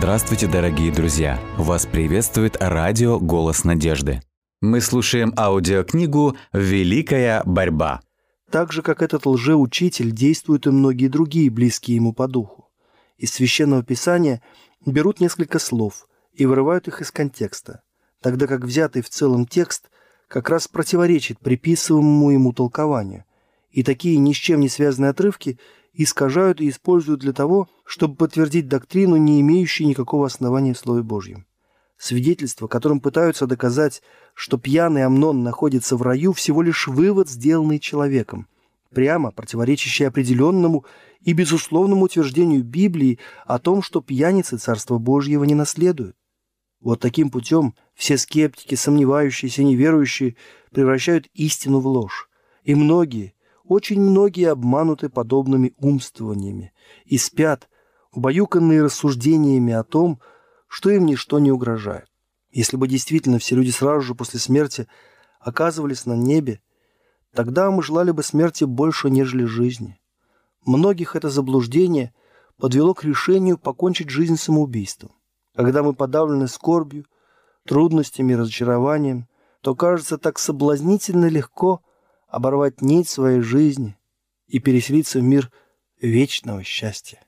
Здравствуйте, дорогие друзья! Вас приветствует радио «Голос надежды». Мы слушаем аудиокнигу «Великая борьба». Так же, как этот лжеучитель, действуют и многие другие, близкие ему по духу. Из Священного Писания берут несколько слов и вырывают их из контекста, тогда как взятый в целом текст как раз противоречит приписываемому ему толкованию. И такие ни с чем не связанные отрывки искажают и используют для того, чтобы подтвердить доктрину, не имеющую никакого основания в Слове Божьем. Свидетельство, которым пытаются доказать, что пьяный Амнон находится в раю, всего лишь вывод, сделанный человеком, прямо противоречащий определенному и безусловному утверждению Библии о том, что пьяницы Царства Божьего не наследуют. Вот таким путем все скептики, сомневающиеся, неверующие превращают истину в ложь. И многие, очень многие обмануты подобными умствованиями и спят, убаюканные рассуждениями о том, что им ничто не угрожает. Если бы действительно все люди сразу же после смерти оказывались на небе, тогда мы желали бы смерти больше, нежели жизни. Многих это заблуждение подвело к решению покончить жизнь самоубийством. Когда мы подавлены скорбью, трудностями и разочарованием, то кажется так соблазнительно легко оборвать нить своей жизни и переселиться в мир вечного счастья.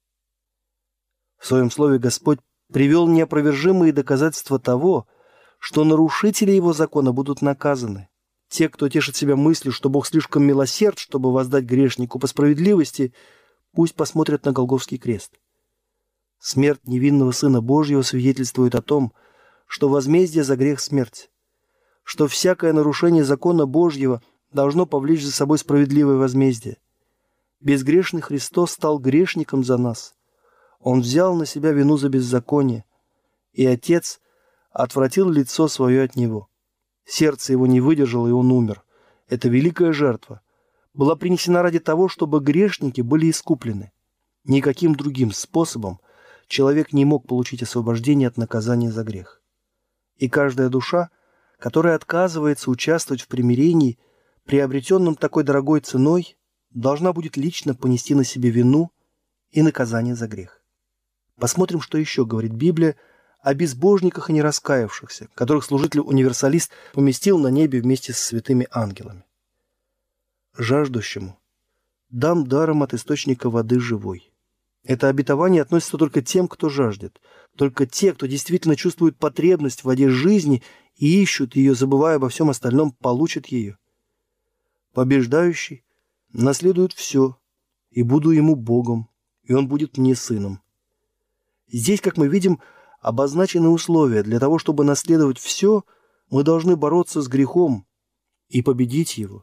В своем слове Господь привел неопровержимые доказательства того, что нарушители Его закона будут наказаны. Те, кто тешит себя мыслью, что Бог слишком милосерд, чтобы воздать грешнику по справедливости, пусть посмотрят на Голгофский крест. Смерть невинного Сына Божьего свидетельствует о том, что возмездие за грех – смерть, что всякое нарушение закона Божьего должно повлечь за собой справедливое возмездие. Безгрешный Христос стал грешником за нас. Он взял на себя вину за беззаконие, и Отец отвратил лицо свое от Него. Сердце Его не выдержало, и Он умер. Эта великая жертва была принесена ради того, чтобы грешники были искуплены. Никаким другим способом человек не мог получить освобождение от наказания за грех. И каждая душа, которая отказывается участвовать в примирении, приобретенном такой дорогой ценой, должна будет лично понести на себе вину и наказание за грех. Посмотрим, что еще говорит Библия о безбожниках и нераскаявшихся, которых служитель-универсалист поместил на небе вместе с святыми ангелами. «Жаждущему дам даром от источника воды живой». Это обетование относится только тем, кто жаждет. Только те, кто действительно чувствует потребность в воде жизни и ищут ее, забывая обо всем остальном, получат ее. Побеждающий наследует все, и буду ему Богом, и он будет мне сыном. Здесь, как мы видим, обозначены условия. Для того, чтобы наследовать все, мы должны бороться с грехом и победить его.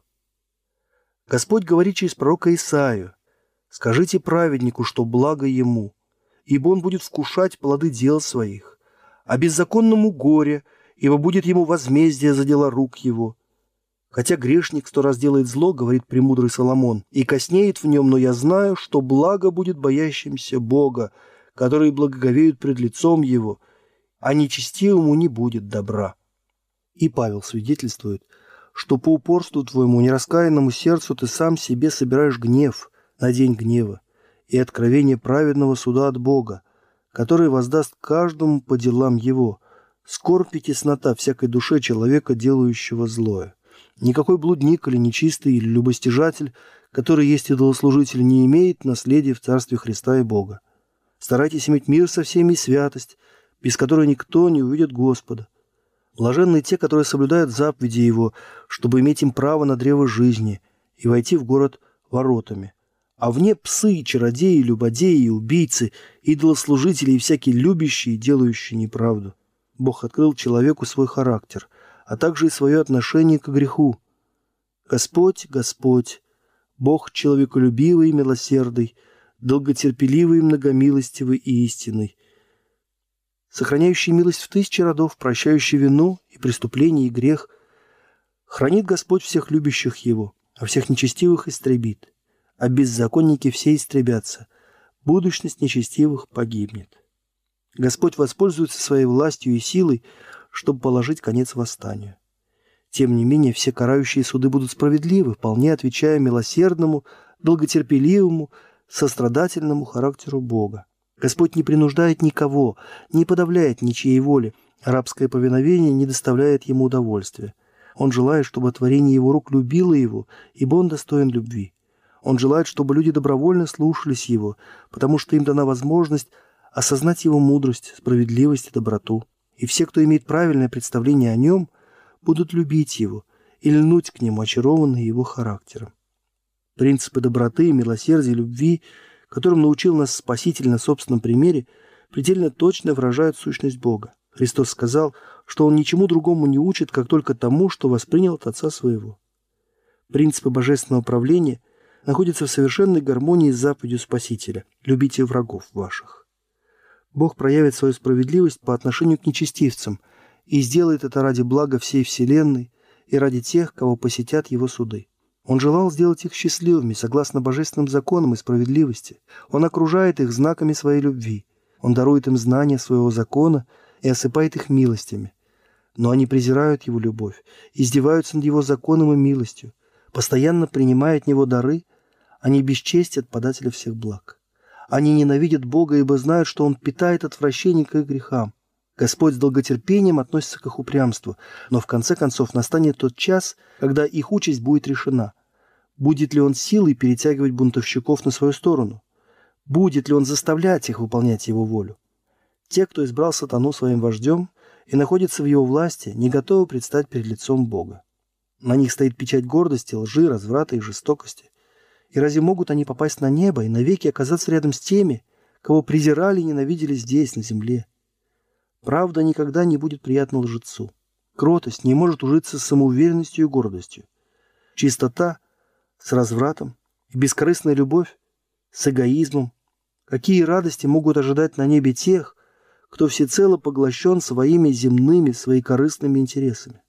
Господь говорит через пророка Исаию: «Скажите праведнику, что благо ему, ибо он будет вкушать плоды дел своих, а беззаконному горе, ибо будет ему возмездие за дела рук его. Хотя грешник 100 раз делает зло, говорит премудрый Соломон, и коснеет в нем, но я знаю, что благо будет боящимся Бога, которые благоговеют пред лицом его, а нечестивому не будет добра». И Павел свидетельствует, что по упорству твоему, нераскаянному сердцу, ты сам себе собираешь гнев на день гнева и откровение праведного суда от Бога, который воздаст каждому по делам его, скорбь и теснота всякой душе человека, делающего злое. Никакой блудник или нечистый, или любостяжатель, который есть идолослужитель, не имеет наследия в Царстве Христа и Бога. Старайтесь иметь мир со всеми и святость, без которой никто не увидит Господа. Блаженны те, которые соблюдают заповеди Его, чтобы иметь им право на древо жизни и войти в город воротами. А вне псы, чародеи, любодеи, убийцы, идолослужители и всякие любящие и делающие неправду. Бог открыл человеку свой характер, а также и свое отношение к греху. Господь, Господь, Бог человеколюбивый и милосердный, долготерпеливый, многомилостивый и истинный, сохраняющий милость в 1000 родов, прощающий вину и преступление и грех, хранит Господь всех любящих Его, а всех нечестивых истребит, а беззаконники все истребятся, будущность нечестивых погибнет. Господь воспользуется своей властью и силой, чтобы положить конец восстанию. Тем не менее, все карающие суды будут справедливы, вполне отвечая милосердному, долготерпеливому, сострадательному характеру Бога. Господь не принуждает никого, не подавляет ничьей воли. Рабское повиновение не доставляет ему удовольствия. Он желает, чтобы творение его рук любило его, ибо он достоин любви. Он желает, чтобы люди добровольно слушались его, потому что им дана возможность осознать его мудрость, справедливость и доброту. И все, кто имеет правильное представление о нем, будут любить его и льнуть к нему, очарованные его характером. Принципы доброты, милосердия и любви, которым научил нас Спаситель на собственном примере, предельно точно выражают сущность Бога. Христос сказал, что Он ничему другому не учит, как только тому, что воспринял от Отца Своего. Принципы божественного правления находятся в совершенной гармонии с заповедью Спасителя «Любите врагов ваших». Бог проявит свою справедливость по отношению к нечестивцам и сделает это ради блага всей вселенной и ради тех, кого посетят Его суды. Он желал сделать их счастливыми, согласно божественным законам и справедливости. Он окружает их знаками своей любви. Он дарует им знания своего закона и осыпает их милостями. Но они презирают его любовь, издеваются над его законом и милостью, постоянно принимая от него дары, они бесчестят подателя всех благ. Они ненавидят Бога, ибо знают, что Он питает отвращение к их грехам. Господь с долготерпением относится к их упрямству, но в конце концов настанет тот час, когда их участь будет решена. Будет ли Он силой перетягивать бунтовщиков на свою сторону? Будет ли Он заставлять их выполнять Его волю? Те, кто избрал сатану своим вождем и находится в его власти, не готовы предстать перед лицом Бога. На них стоит печать гордости, лжи, разврата и жестокости. И разве могут они попасть на небо и навеки оказаться рядом с теми, кого презирали и ненавидели здесь, на земле? Правда никогда не будет приятна лжецу. Кротость не может ужиться с самоуверенностью и гордостью. Чистота с развратом и бескорыстная любовь с эгоизмом. Какие радости могут ожидать на небе тех, кто всецело поглощен своими земными, своекорыстными интересами?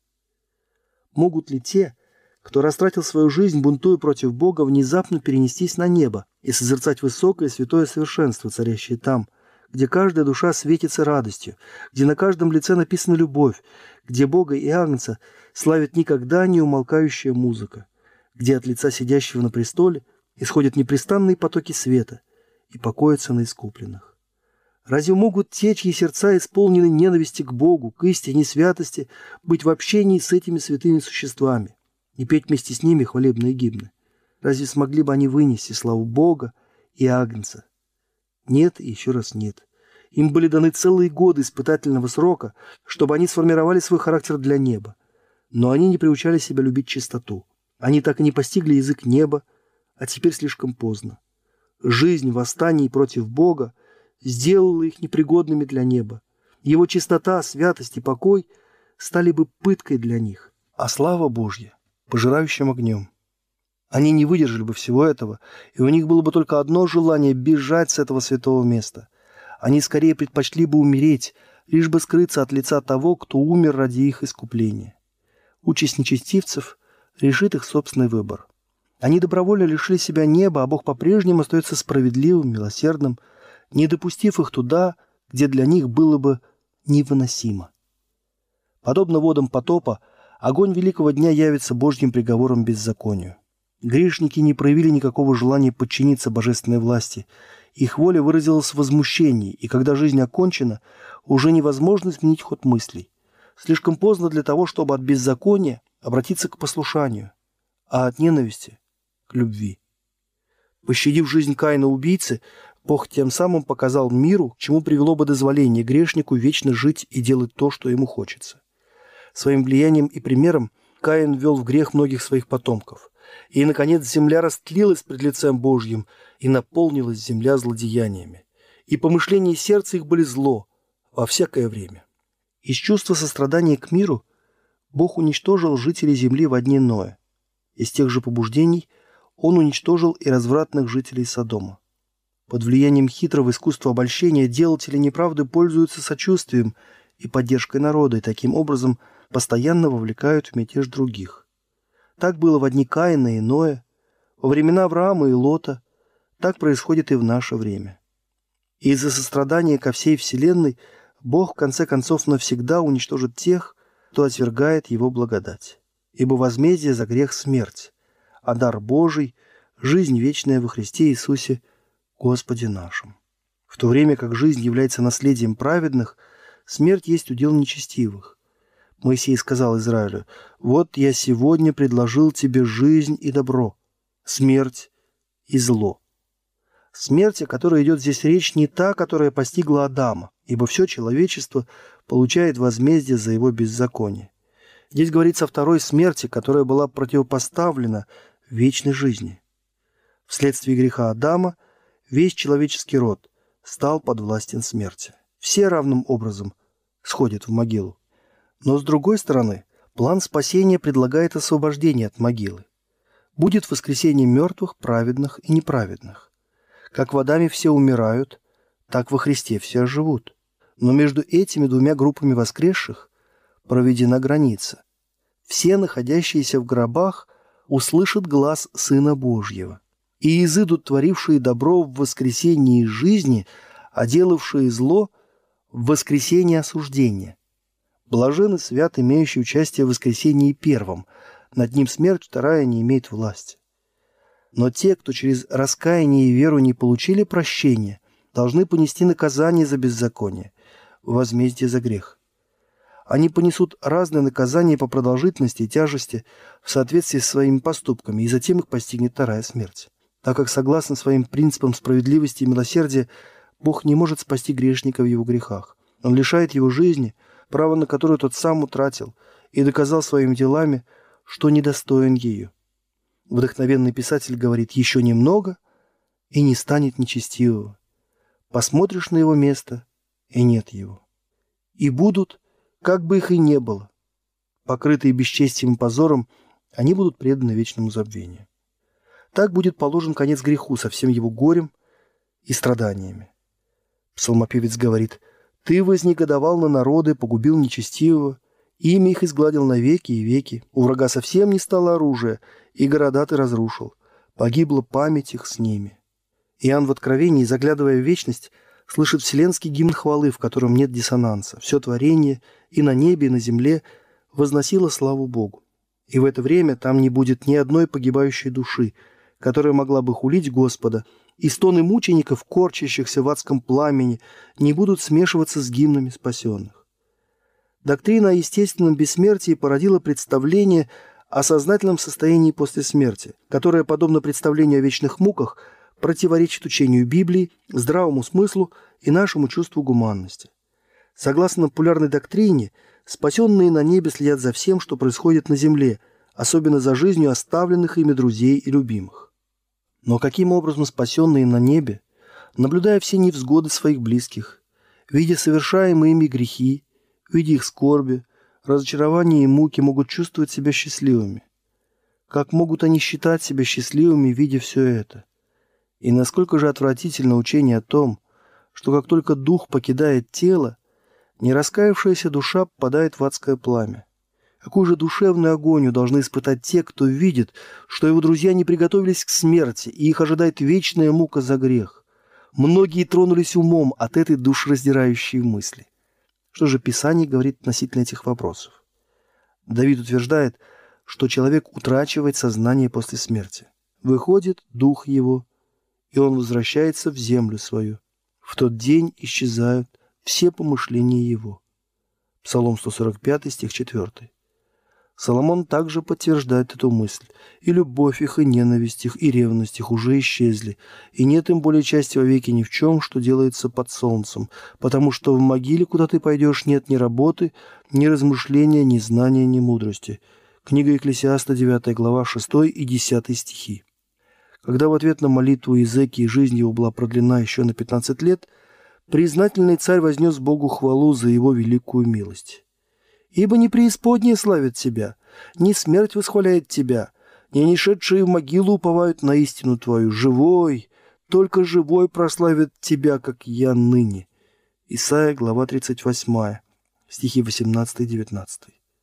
Могут ли те, кто растратил свою жизнь, бунтуя против Бога, внезапно перенестись на небо и созерцать высокое святое совершенство, царящее там, где каждая душа светится радостью, где на каждом лице написана любовь, где Бога и Агнца славит никогда не умолкающая музыка, где от лица сидящего на престоле исходят непрестанные потоки света и покоятся на искупленных? Разве могут те, чьи сердца исполнены ненависти к Богу, к истине, святости, быть в общении с этими святыми существами и петь вместе с ними хвалебные гимны? Разве смогли бы они вынести славу Бога и Агнца? Нет и еще раз нет. Им были даны целые годы испытательного срока, чтобы они сформировали свой характер для неба. Но они не приучали себя любить чистоту. Они так и не постигли язык неба, а теперь слишком поздно. Жизнь в восстании против Бога сделала их непригодными для неба. Его чистота, святость и покой стали бы пыткой для них, а слава Божья – пожирающим огнем. Они не выдержали бы всего этого, и у них было бы только одно желание – бежать с этого святого места. Они скорее предпочли бы умереть, лишь бы скрыться от лица того, кто умер ради их искупления. Участь нечестивцев решит их собственный выбор. Они добровольно лишили себя неба, а Бог по-прежнему остается справедливым, милосердным, не допустив их туда, где для них было бы невыносимо. Подобно водам потопа, огонь великого дня явится Божьим приговором беззаконию. Грешники не проявили никакого желания подчиниться божественной власти. Их воля выразилась в возмущении, и когда жизнь окончена, уже невозможно изменить ход мыслей. Слишком поздно для того, чтобы от беззакония обратиться к послушанию, а от ненависти – к любви. Пощадив жизнь Каина-убийцы, Бог тем самым показал миру, к чему привело бы дозволение грешнику вечно жить и делать то, что ему хочется. Своим влиянием и примером Каин ввел в грех многих своих потомков. И, наконец, земля растлилась пред лицем Божьим, и наполнилась земля злодеяниями. И помышления сердца их были зло во всякое время. Из чувства сострадания к миру Бог уничтожил жителей земли во дни Ноя. Из тех же побуждений Он уничтожил и развратных жителей Содома. Под влиянием хитрого искусства обольщения делатели неправды пользуются сочувствием и поддержкой народа, и таким образом постоянно вовлекают в мятеж других. Так было во дни Каина и Ноя, во времена Авраама и Лота, так происходит и в наше время. И из-за сострадания ко всей вселенной Бог в конце концов навсегда уничтожит тех, кто отвергает Его благодать. Ибо возмездие за грех – смерть, а дар Божий – жизнь вечная во Христе Иисусе Господе нашим. В то время как жизнь является наследием праведных, смерть есть удел нечестивых. Моисей сказал Израилю: «Вот я сегодня предложил тебе жизнь и добро, смерть и зло». Смерть, о которой идет здесь речь, не та, которая постигла Адама, ибо все человечество получает возмездие за его беззаконие. Здесь говорится о второй смерти, которая была противопоставлена вечной жизни. Вследствие греха Адама весь человеческий род стал подвластен смерти. Все равным образом сходят в могилу. Но с другой стороны, план спасения предлагает освобождение от могилы. Будет воскресение мертвых, праведных и неправедных. Как в Адаме все умирают, так во Христе все живут. Но между этими двумя группами воскресших проведена граница. Все, находящиеся в гробах, услышат глас Сына Божьего, и изыдут творившие добро в воскресении жизни, а делавшие зло в воскресении осуждения. Блажен и свят, имеющий участие в воскресении первом, над ним смерть вторая не имеет власти. Но те, кто через раскаяние и веру не получили прощения, должны понести наказание за беззаконие, возмездие за грех. Они понесут разные наказания по продолжительности и тяжести в соответствии с своими поступками, и затем их постигнет вторая смерть. Так как, согласно своим принципам справедливости и милосердия, Бог не может спасти грешника в его грехах. Он лишает его жизни, право на которое тот сам утратил, и доказал своими делами, что недостоин ее. Вдохновенный писатель говорит: «Еще немного, и не станет нечестивого. Посмотришь на его место, и нет его. И будут, как бы их и не было, покрытые бесчестием и позором, они будут преданы вечному забвению». Так будет положен конец греху со всем его горем и страданиями. Псалмопевец говорит: «Ты вознегодовал на народы, погубил нечестивого, имя их изгладил навеки и веки. У врага совсем не стало оружия, и города ты разрушил. Погибла память их с ними». Иоанн в Откровении, заглядывая в вечность, слышит вселенский гимн хвалы, в котором нет диссонанса. Все творение и на небе, и на земле возносило славу Богу. И в это время там не будет ни одной погибающей души, которая могла бы хулить Господа, и стоны мучеников, корчащихся в адском пламени, не будут смешиваться с гимнами спасенных. Доктрина о естественном бессмертии породила представление о сознательном состоянии после смерти, которое, подобно представлению о вечных муках, противоречит учению Библии, здравому смыслу и нашему чувству гуманности. Согласно популярной доктрине, спасенные на небе следят за всем, что происходит на земле, особенно за жизнью оставленных ими друзей и любимых. Но каким образом спасенные на небе, наблюдая все невзгоды своих близких, видя совершаемые ими грехи, видя их скорби, разочарования и муки, могут чувствовать себя счастливыми? Как могут они считать себя счастливыми, видя все это? И насколько же отвратительно учение о том, что как только дух покидает тело, нераскаявшаяся душа попадает в адское пламя. Какую же душевную агонию должны испытать те, кто видит, что его друзья не приготовились к смерти, и их ожидает вечная мука за грех. Многие тронулись умом от этой душераздирающей мысли. Что же Писание говорит относительно этих вопросов? Давид утверждает, что человек утрачивает сознание после смерти. Выходит дух его, и он возвращается в землю свою. В тот день исчезают все помышления его. Псалом 145, стих 4. Соломон также подтверждает эту мысль. «И любовь их, и ненависть их, и ревность их уже исчезли, и нет им более части вовеки ни в чем, что делается под солнцем, потому что в могиле, куда ты пойдешь, нет ни работы, ни размышления, ни знания, ни мудрости». Книга Екклесиаста, 9 глава, 6 и 10 стихи. Когда в ответ на молитву Иезекии жизнь его была продлена еще на 15 лет, признательный царь вознес Богу хвалу за его великую милость. «Ибо не преисподняя славит тебя, ни смерть восхваляет тебя, ни не шедшие в могилу уповают на истину твою. Живой, только живой прославит тебя, как я ныне». Исайя, глава 38, стихи 18 и 19.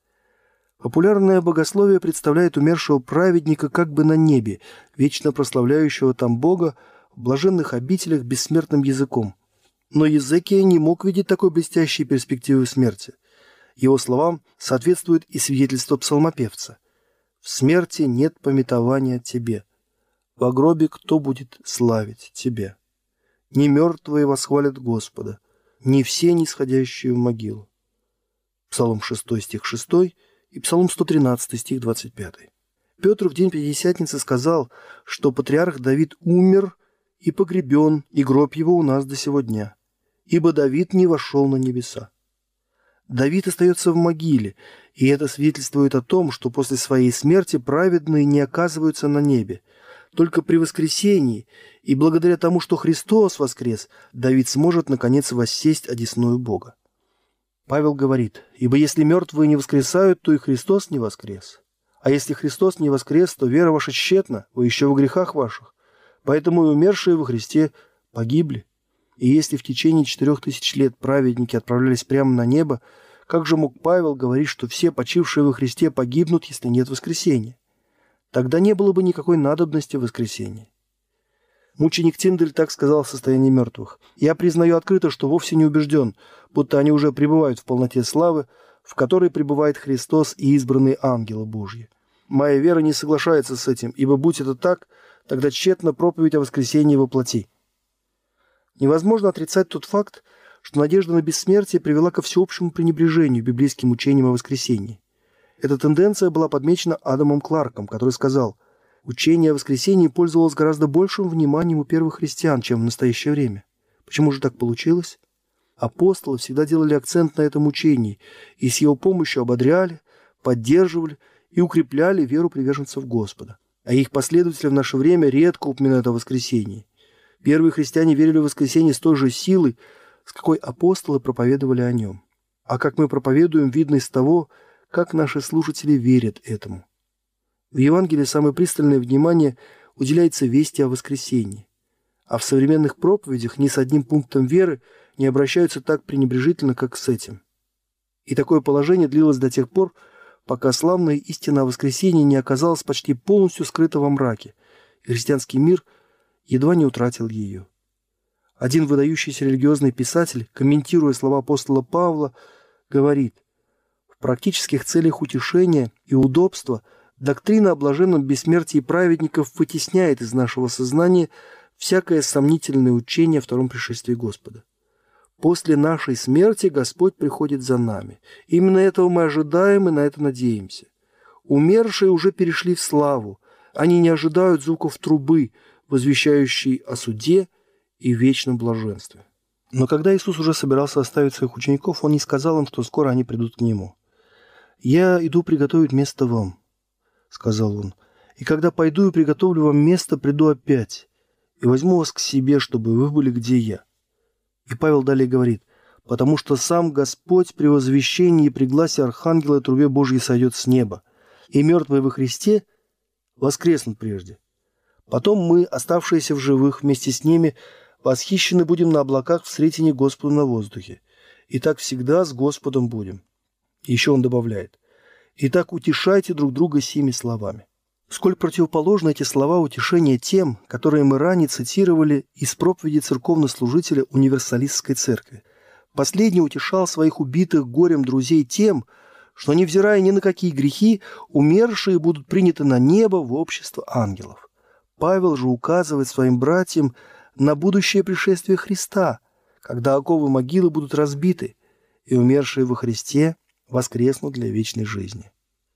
Популярное богословие представляет умершего праведника как бы на небе, вечно прославляющего там Бога в блаженных обителях бессмертным языком. Но Иезекия не мог видеть такой блестящей перспективы смерти. Его словам соответствует и свидетельство псалмопевца: «В смерти нет памятования тебе, во гробе кто будет славить тебя». не мертвые восхвалят Господа, не все нисходящие в могилу». Псалом 6, стих 6 и Псалом 113, стих 25. Петр в день Пятидесятницы сказал, что патриарх Давид умер и погребен, и гроб его у нас до сего дня, ибо Давид не вошел на небеса. Давид остается в могиле, и это свидетельствует о том, что после своей смерти праведные не оказываются на небе. Только при воскресении и благодаря тому, что Христос воскрес, Давид сможет, наконец, воссесть одесную Бога. Павел говорит: «Ибо если мертвые не воскресают, то и Христос не воскрес. А если Христос не воскрес, то вера ваша тщетна, вы еще во грехах ваших. Поэтому и умершие во Христе погибли». И если в течение 4000 лет праведники отправлялись прямо на небо, как же мог Павел говорить, что все почившие во Христе погибнут, если нет воскресения? Тогда не было бы никакой надобности в воскресении. Мученик Тиндель так сказал о состоянии мертвых: «Я признаю открыто, что вовсе не убежден, будто они уже пребывают в полноте славы, в которой пребывает Христос и избранные ангелы Божьи. Моя вера не соглашается с этим, ибо будь это так, тогда тщетна проповедь о воскресении во плоти». Невозможно отрицать тот факт, что надежда на бессмертие привела ко всеобщему пренебрежению библейским учением о воскресении. Эта тенденция была подмечена Адамом Кларком, который сказал: «Учение о воскресении пользовалось гораздо большим вниманием у первых христиан, чем в настоящее время». Почему же так получилось? Апостолы всегда делали акцент на этом учении и с его помощью ободряли, поддерживали и укрепляли веру приверженцев Господа. А их последователи в наше время редко упоминают о воскресении. Первые христиане верили в воскресенье с той же силой, с какой апостолы проповедовали о нем. А как мы проповедуем, видно из того, как наши слушатели верят этому. В Евангелии самое пристальное внимание уделяется вести о воскресении. А в современных проповедях ни с одним пунктом веры не обращаются так пренебрежительно, как с этим. И такое положение длилось до тех пор, пока славная истина о воскресении не оказалась почти полностью скрыта во мраке, и христианский мир едва не утратил ее. Один выдающийся религиозный писатель, комментируя слова апостола Павла, говорит: «В практических целях утешения и удобства доктрина о блаженном бессмертии праведников вытесняет из нашего сознания всякое сомнительное учение о втором пришествии Господа. После нашей смерти Господь приходит за нами. Именно этого мы ожидаем и на это надеемся. Умершие уже перешли в славу. Они не ожидают звуков трубы, возвещающей о суде и вечном блаженстве». Но когда Иисус уже собирался оставить своих учеников, Он не сказал им, что скоро они придут к Нему. «Я иду приготовить место вам», — сказал Он, «и когда пойду и приготовлю вам место, приду опять, и возьму вас к себе, чтобы вы были, где я». И Павел далее говорит: «Потому что сам Господь при возвещении и при гласе архангела и трубе Божьей сойдет с неба, и мертвые во Христе воскреснут прежде. Потом мы, оставшиеся в живых, вместе с ними восхищены будем на облаках в сретении Господу на воздухе. И так всегда с Господом будем». И еще он добавляет: «Итак, утешайте друг друга сими словами». Сколь противоположны эти слова утешения тем, которые мы ранее цитировали из проповеди церковнослужителя универсалистской церкви. Последний утешал своих убитых горем друзей тем, что, невзирая ни на какие грехи, умершие будут приняты на небо в общество ангелов. Павел же указывает своим братьям на будущее пришествие Христа, когда оковы могилы будут разбиты, и умершие во Христе воскреснут для вечной жизни.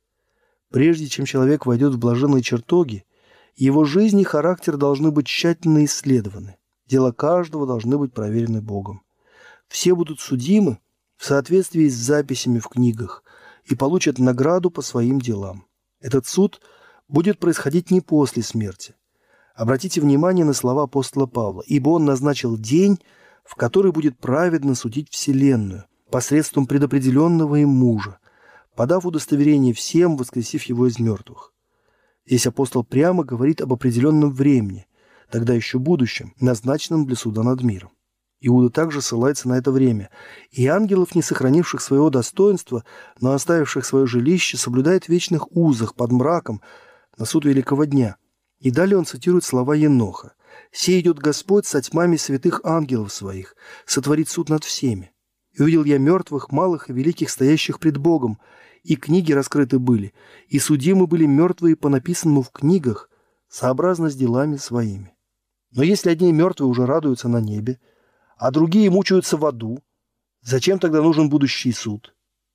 Прежде чем человек войдет в блаженные чертоги, его жизнь и характер должны быть тщательно исследованы. Дела каждого должны быть проверены Богом. Все будут судимы в соответствии с записями в книгах и получат награду по своим делам. Этот суд будет происходить не после смерти. Обратите внимание на слова апостола Павла: «Ибо он назначил день, в который будет праведно судить вселенную посредством предопределенного им мужа, подав удостоверение всем, воскресив его из мертвых». Здесь апостол прямо говорит об определенном времени, тогда еще будущем, назначенном для суда над миром. Иуда также ссылается на это время. «И ангелов, не сохранивших своего достоинства, но оставивших свое жилище, соблюдает в вечных узах под мраком на суд великого дня». И далее он цитирует слова Еноха: «Сей идет Господь со тьмами святых ангелов своих, сотворит суд над всеми. И увидел я мертвых, малых и великих, стоящих пред Богом, и книги раскрыты были, и судимы были мертвые по написанному в книгах, сообразно с делами своими». Но если одни мертвые уже радуются на небе, а другие мучаются в аду, зачем тогда нужен будущий суд?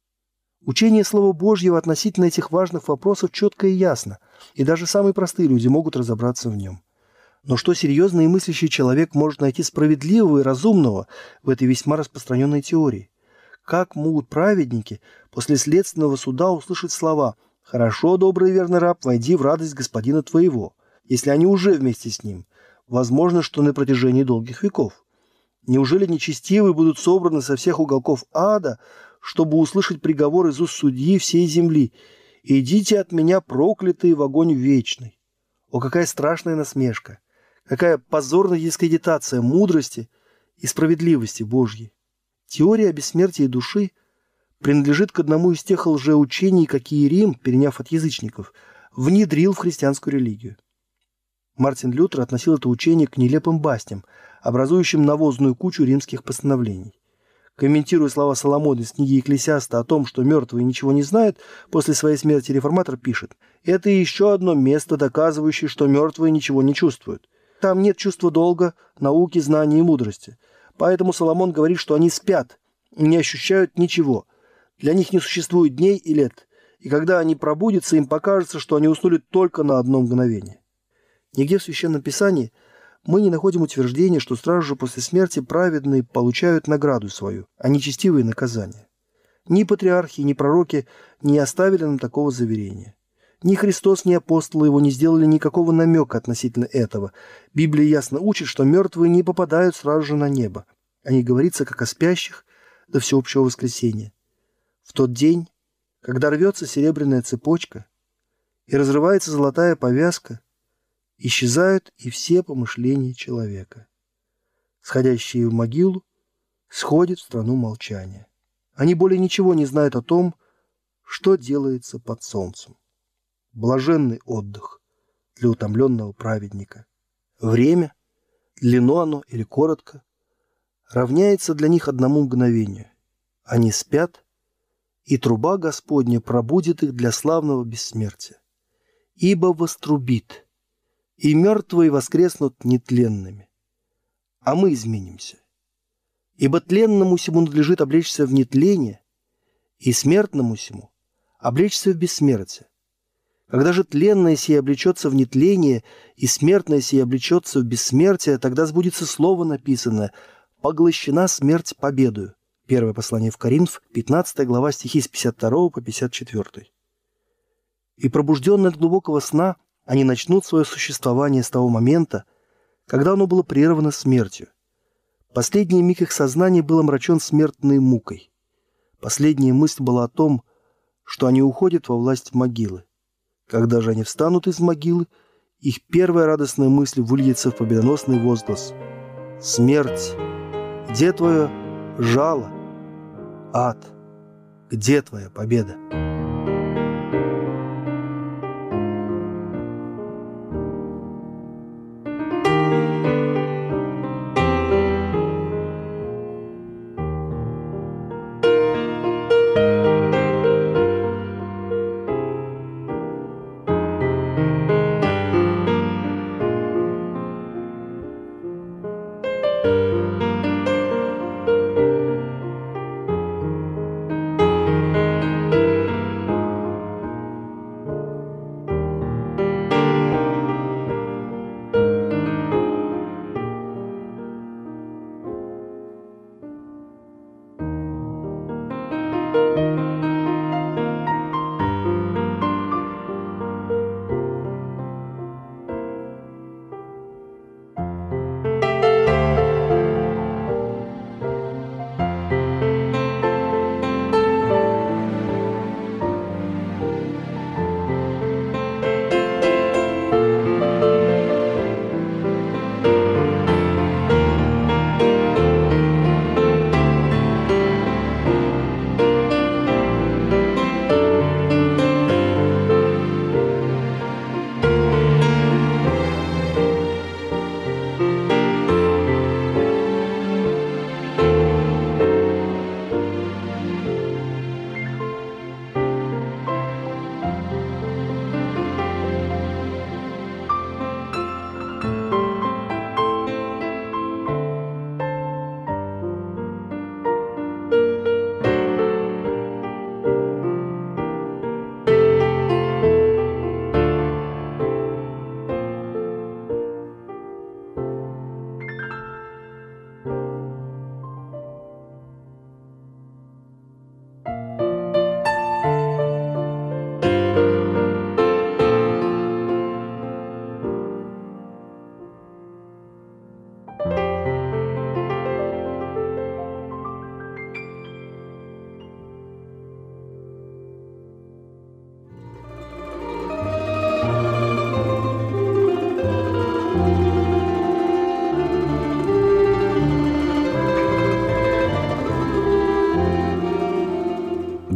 Учение Слова Божьего относительно этих важных вопросов четко и ясно, и даже самые простые люди могут разобраться в нем. Но что серьезный и мыслящий человек может найти справедливого и разумного в этой весьма распространенной теории? Как могут праведники после следственного суда услышать слова «Хорошо, добрый и верный раб, войди в радость господина твоего», если они уже вместе с ним, возможно, что на протяжении долгих веков? Неужели нечестивые будут собраны со всех уголков ада, чтобы услышать приговор из уст судьи всей земли: «Идите от меня, проклятые, в огонь вечный»? О, какая страшная насмешка! Какая позорная дискредитация мудрости и справедливости Божьей! Теория о бессмертии души принадлежит к одному из тех лжеучений, какие Рим, переняв от язычников, внедрил в христианскую религию. Мартин Лютер относил это учение к нелепым басням, образующим навозную кучу римских постановлений. Комментируя слова Соломона из книги Екклесиаста о том, что мертвые ничего не знают, после своей смерти реформатор пишет: «Это еще одно место, доказывающее, что мертвые ничего не чувствуют. Там нет чувства долга, науки, знаний и мудрости. Поэтому Соломон говорит, что они спят, не ощущают ничего. Для них не существует дней и лет, и когда они пробудятся, им покажется, что они уснули только на одно мгновение». Нигде в Священном Писании мы не находим утверждения, что сразу же после смерти праведные получают награду свою, а нечестивые – наказание. Ни патриархи, ни пророки не оставили нам такого заверения. Ни Христос, ни апостолы его не сделали никакого намека относительно этого. Библия ясно учит, что мертвые не попадают сразу же на небо. О них говорится, как о спящих до всеобщего воскресения. В тот день, когда рвется серебряная цепочка и разрывается золотая повязка, исчезают и все помышления человека. Сходящие в могилу сходят в страну молчания. Они более ничего не знают о том, что делается под солнцем. Блаженный отдых для утомленного праведника. Время, длинно оно или коротко, равняется для них одному мгновению. Они спят, и труба Господня пробудит их для славного бессмертия. Ибо вострубит, и мертвые воскреснут нетленными, а мы изменимся. Ибо тленному сему надлежит облечься в нетление, и смертному сему облечься в бессмертие. Когда же тленное сие облечется в нетление, и смертное сие облечется в бессмертие, тогда сбудется слово написанное: «Поглощена смерть победою». Первое послание в Коринф, 15 глава, стихи с 52 по 54. И пробужденные от глубокого сна, они начнут свое существование с того момента, когда оно было прервано смертью. Последний миг их сознания был омрачен смертной мукой. Последняя мысль была о том, что они уходят во власть могилы. Когда же они встанут из могилы, их первая радостная мысль выльется в победоносный возглас: «Смерть, где твое жало? Ад, где твоя победа?»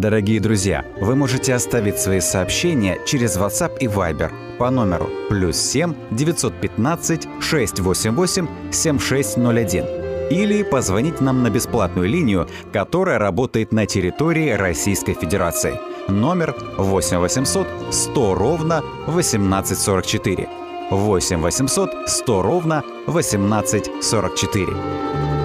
Дорогие друзья, вы можете оставить свои сообщения через WhatsApp и Viber по номеру +7 915 688 7601 или позвонить нам на бесплатную линию, которая работает на территории Российской Федерации. Номер 8 800 100 ровно 1844. 8 800 100 ровно 1844.